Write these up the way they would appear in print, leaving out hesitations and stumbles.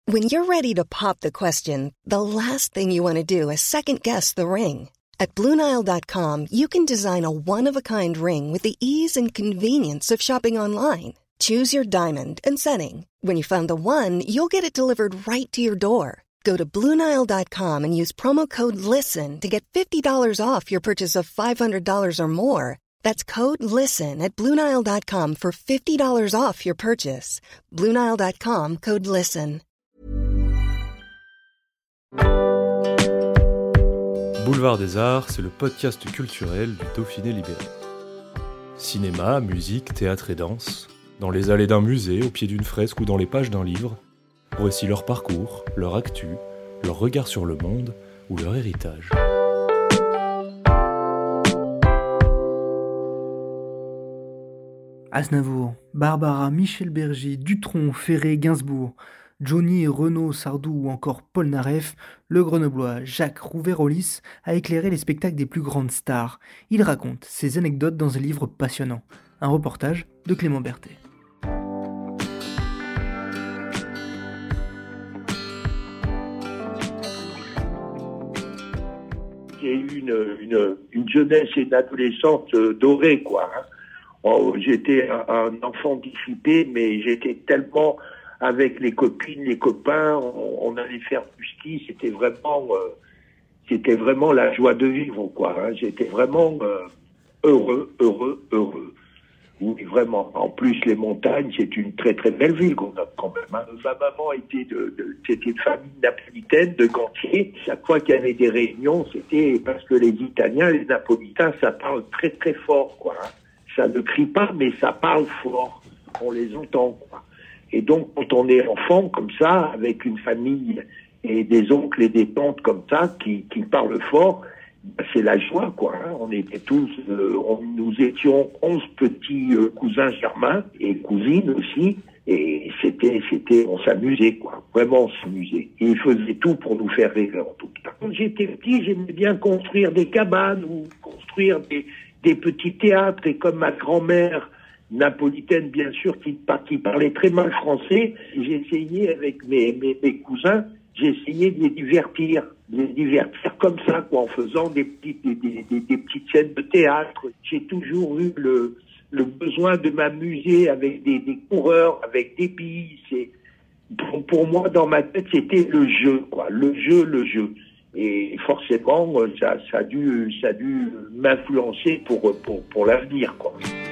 When you're ready to pop the question, the last thing you want to do is second-guess the ring. At BlueNile.com, you can design a one-of-a-kind ring with the ease and convenience of shopping online. Choose your diamond and setting. When you find the one, you'll get it delivered right to your door. Go to BlueNile.com and use promo code LISTEN to get $50 off your purchase of $500 or more. That's code LISTEN at BlueNile.com for $50 off your purchase. BlueNile.com, code LISTEN. Boulevard des Arts, c'est le podcast culturel du Dauphiné libéré. Cinéma, musique, théâtre et danse, dans les allées d'un musée, au pied d'une fresque ou dans les pages d'un livre, voici leur parcours, leur actu, leur regard sur le monde ou leur héritage. Aznavour, Barbara, Michel Berger, Dutronc, Ferré, Gainsbourg, Johnny, Renaud, Sardou ou encore Paul Naref, le Grenoblois Jacques Rouvérolis a éclairé les spectacles des plus grandes stars. Il raconte ses anecdotes dans un livre passionnant. Un reportage de Clément Berthet. J'ai eu une jeunesse et une adolescence dorée, quoi. J'étais un enfant dissipé, mais j'étais tellement avec les copines, les copains, on allait faire du ski, c'était vraiment la joie de vivre, quoi. J'étais vraiment heureux. Oui, vraiment. En plus, les montagnes, c'est une très très belle ville qu'on a quand même. Ma maman c'était une famille napolitaine de Gantier. Chaque fois qu'il y avait des réunions, c'était parce que les Italiens, les Napolitains, ça parle très très fort, quoi. Ça ne crie pas, mais ça parle fort. On les entend, quoi. Et donc, quand on est enfant comme ça, avec une famille et des oncles et des tantes comme ça qui parlent fort, c'est la joie, quoi. On était tous, nous étions 11 petits cousins germains et cousines aussi, et on s'amusait, quoi. Vraiment, on s'amusait. Et ils faisaient tout pour nous faire rêver, en tout cas. Quand j'étais petit, j'aimais bien construire des cabanes ou construire des petits théâtres, et comme ma grand-mère napolitaine, bien sûr, qui parlait très mal français, j'essayais avec mes cousins, j'essayais de les divertir comme ça, quoi, en faisant des petites scènes de théâtre. J'ai toujours eu le besoin de m'amuser avec des coureurs, avec des billes. Pour moi, dans ma tête, c'était le jeu, quoi, le jeu. Et forcément, ça a dû m'influencer pour l'avenir, quoi.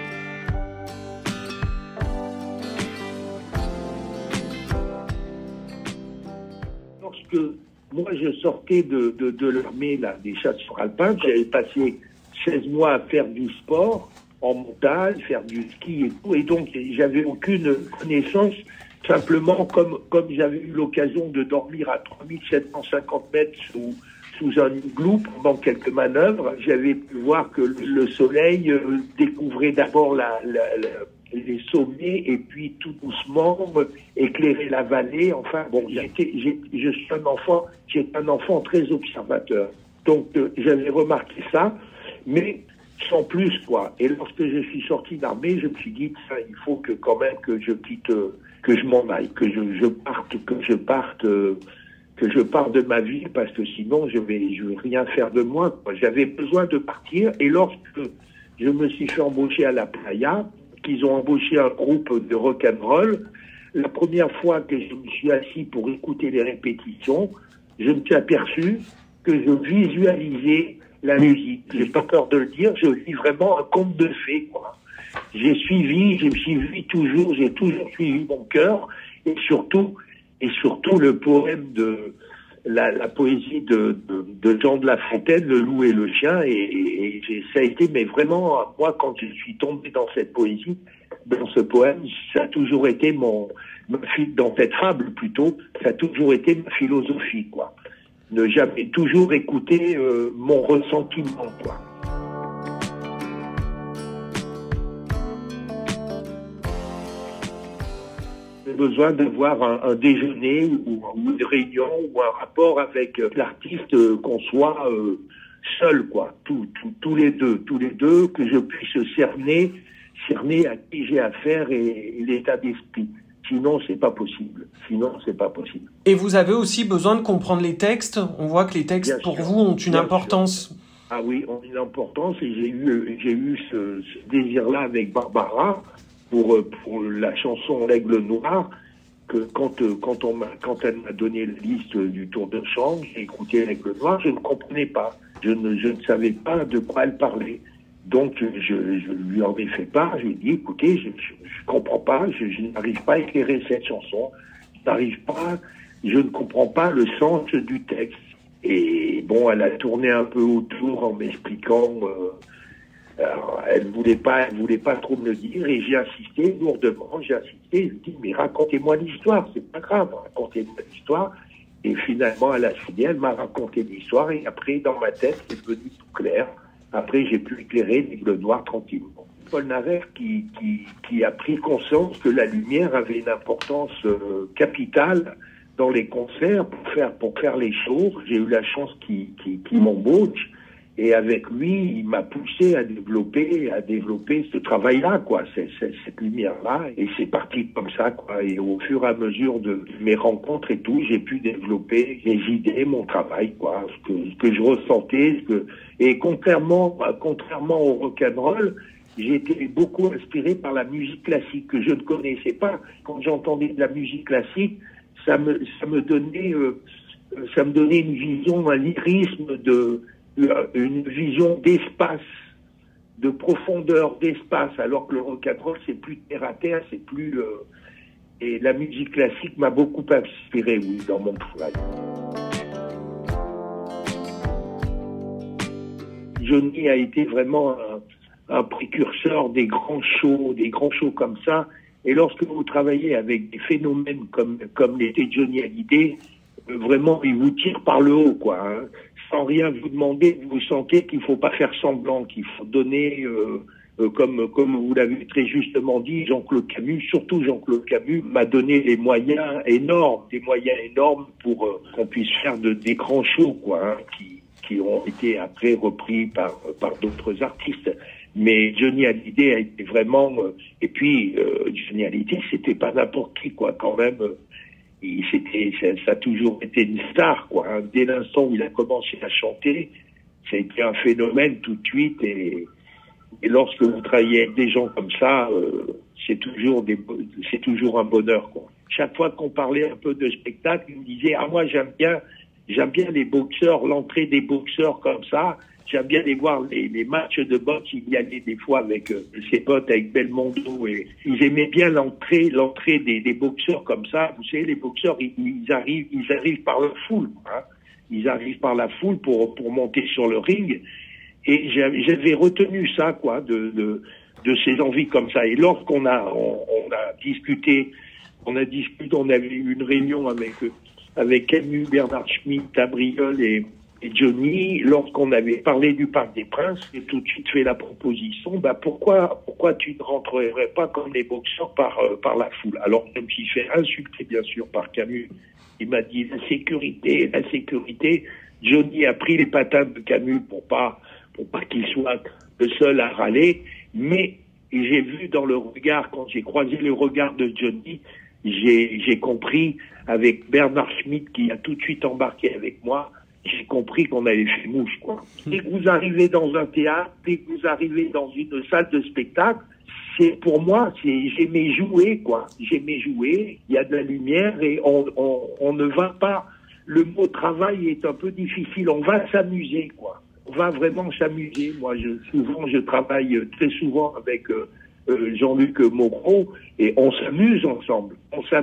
Lorsque moi je sortais de l'armée, là, des chasseurs alpins, j'avais passé 16 mois à faire du sport en montagne, faire du ski et tout, et donc j'avais aucune connaissance. Simplement, comme j'avais eu l'occasion de dormir à 3750 mètres sous un igloo pendant quelques manœuvres, j'avais pu voir que le soleil découvrait d'abord les sommets et puis tout doucement éclairer la vallée. Enfin bon, je suis un enfant très observateur. Donc j'avais remarqué ça, mais sans plus, quoi. Et lorsque je suis sorti d'armée, je me suis dit, il faut que quand même que je quitte, que je m'en aille, que je parte de ma ville, parce que sinon je vais rien faire de moi, quoi. J'avais besoin de partir, et lorsque je me suis fait embaucher à la Playa, qu'ils ont embauché un groupe de rock'n'roll, la première fois que je me suis assis pour écouter les répétitions, je me suis aperçu que je visualisais la musique. J'ai pas peur de le dire, je vis vraiment un conte de fées, quoi. J'ai toujours suivi mon cœur, et surtout le poème la poésie de Jean de La Fontaine, Le loup et le chien, et ça a été, mais vraiment, moi, quand je suis tombé dans cette poésie, dans ce poème, ça a toujours été dans cette fable plutôt, ça a toujours été ma philosophie, quoi. Ne jamais toujours écouter mon ressentiment, quoi. J'ai besoin d'avoir un déjeuner ou une réunion ou un rapport avec l'artiste, qu'on soit seul, quoi, tous les deux, que je puisse cerner à qui j'ai affaire et l'état d'esprit. Sinon, c'est pas possible. Et vous avez aussi besoin de comprendre les textes. On voit que les textes, Bien pour sûr, vous, ont une bien importance. sûr. Ah oui, ont une importance, et j'ai eu ce désir-là avec Barbara pour la chanson L'Aigle Noir, que quand elle m'a donné la liste du tour de chant, j'ai écouté L'Aigle Noir, je ne comprenais pas. Je ne savais pas de quoi elle parlait. Donc, je lui en ai fait part. Je lui ai dit, écoutez, je comprends pas, je n'arrive pas à éclairer cette chanson. Je ne comprends pas le sens du texte. Et bon, elle a tourné un peu autour en m'expliquant. Elle voulait pas trop me le dire. Et j'ai insisté lourdement. Je lui ai dit, mais racontez-moi l'histoire. C'est pas grave, racontez-moi l'histoire. Et finalement, elle a signé. Elle m'a raconté l'histoire. Et après, dans ma tête, c'est devenu tout clair. Après, j'ai pu éclairer L'Aigle Noir tranquillement. Polnareff qui a pris conscience que la lumière avait une importance capitale dans les concerts pour faire les shows. J'ai eu la chance qu'il m'embauche, et avec lui, il m'a poussé à développer ce travail-là, quoi, cette lumière-là, et c'est parti comme ça, quoi. Et au fur et à mesure de mes rencontres et tout, j'ai pu développer mes idées, mon travail, quoi, ce que je ressentais, et contrairement au rock'n'roll, j'ai été beaucoup inspiré par la musique classique que je ne connaissais pas. Quand j'entendais de la musique classique, ça me donnait une vision, un lyrisme, une vision d'espace, de profondeur d'espace, alors que le rock'n'roll, c'est plus terre à terre, c'est plus... et la musique classique m'a beaucoup inspiré, oui, dans mon travail. Johnny a été vraiment un précurseur des grands shows comme ça. Et lorsque vous travaillez avec des phénomènes comme l'était Johnny Hallyday, vraiment, il vous tire par le haut, quoi. Hein. Sans rien vous demander, vous sentez qu'il faut pas faire semblant, qu'il faut donner, comme vous l'avez très justement dit, Jean-Claude Camus, surtout Jean-Claude Camus, m'a donné des moyens énormes pour qu'on puisse faire des grands shows, quoi, hein, qui ont été après repris par d'autres artistes. Mais Johnny Hallyday a été vraiment... et puis, Johnny Hallyday, c'était pas n'importe qui, quoi, quand même. Ça a toujours été une star, quoi. Hein. Dès l'instant où il a commencé à chanter, ça a été un phénomène tout de suite. Et lorsque vous travaillez avec des gens comme ça, c'est toujours un bonheur, quoi. Chaque fois qu'on parlait un peu de spectacle, il me disait, moi j'aime bien les boxeurs, l'entrée des boxeurs comme ça. J'aime bien aller voir les matchs de boxe. Il y allait des fois avec ses potes, avec Belmondo, et ils aimaient bien l'entrée des boxeurs comme ça. Vous savez, les boxeurs, ils arrivent par la foule, hein. Ils arrivent par la foule pour monter sur le ring. Et j'avais retenu ça, quoi, de ces envies comme ça. Et lorsqu'on a discuté, on avait eu une réunion avec Camus, Bernard Schmitt, Tabriol et Johnny, lorsqu'on avait parlé du Parc des Princes, j'ai tout de suite fait la proposition, pourquoi tu ne rentrerais pas comme les boxeurs par la foule? Alors, je me suis fait insulter, bien sûr, par Camus. Il m'a dit, la sécurité. Johnny a pris les patates de Camus pour pas qu'il soit le seul à râler, mais j'ai vu dans le regard, quand j'ai croisé le regard de Johnny, j'ai compris, avec Bernard Schmitt qui a tout de suite embarqué avec moi, j'ai compris qu'on avait fait mouche, quoi. Dès que vous arrivez dans un théâtre, dès que vous arrivez dans une salle de spectacle, pour moi, j'aimais jouer, quoi. J'aimais jouer, il y a de la lumière et on ne va pas, le mot travail est un peu difficile, on va s'amuser, quoi. On va vraiment s'amuser. Moi, je travaille très souvent avec Jean-Luc Moreau et on s'amuse ensemble.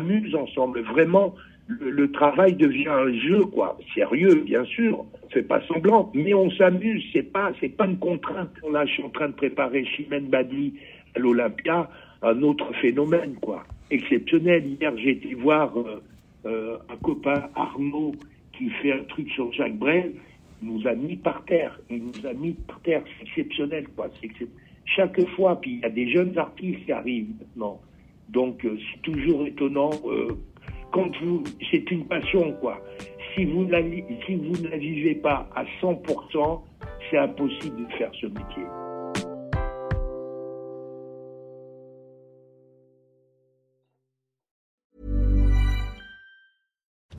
Vraiment. Le travail devient un jeu, quoi. Sérieux, bien sûr. On fait pas semblant, mais on s'amuse. C'est pas une contrainte. Là, je suis en train de préparer Chimène Badi à l'Olympia, un autre phénomène, quoi. Exceptionnel. Hier, j'ai été voir un copain, Arnaud, qui fait un truc sur Jacques Brel. Il nous a mis par terre. C'est exceptionnel, quoi. Chaque fois, puis il y a des jeunes artistes qui arrivent maintenant. Donc, c'est toujours étonnant. C'est une passion, quoi. Si vous ne la vivez pas à 100%, c'est impossible de faire ce métier.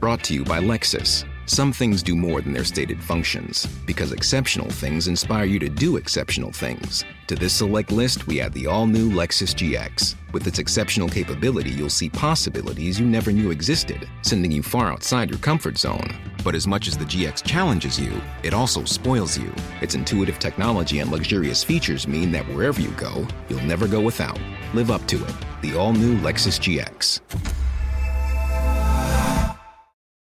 Brought to you by Lexus. Some things do more than their stated functions, because exceptional things inspire you to do exceptional things. To this select list, we add the all-new Lexus GX. With its exceptional capability, you'll see possibilities you never knew existed, sending you far outside your comfort zone. But as much as the GX challenges you, it also spoils you. Its intuitive technology and luxurious features mean that wherever you go, you'll never go without. Live up to it. The all-new Lexus GX.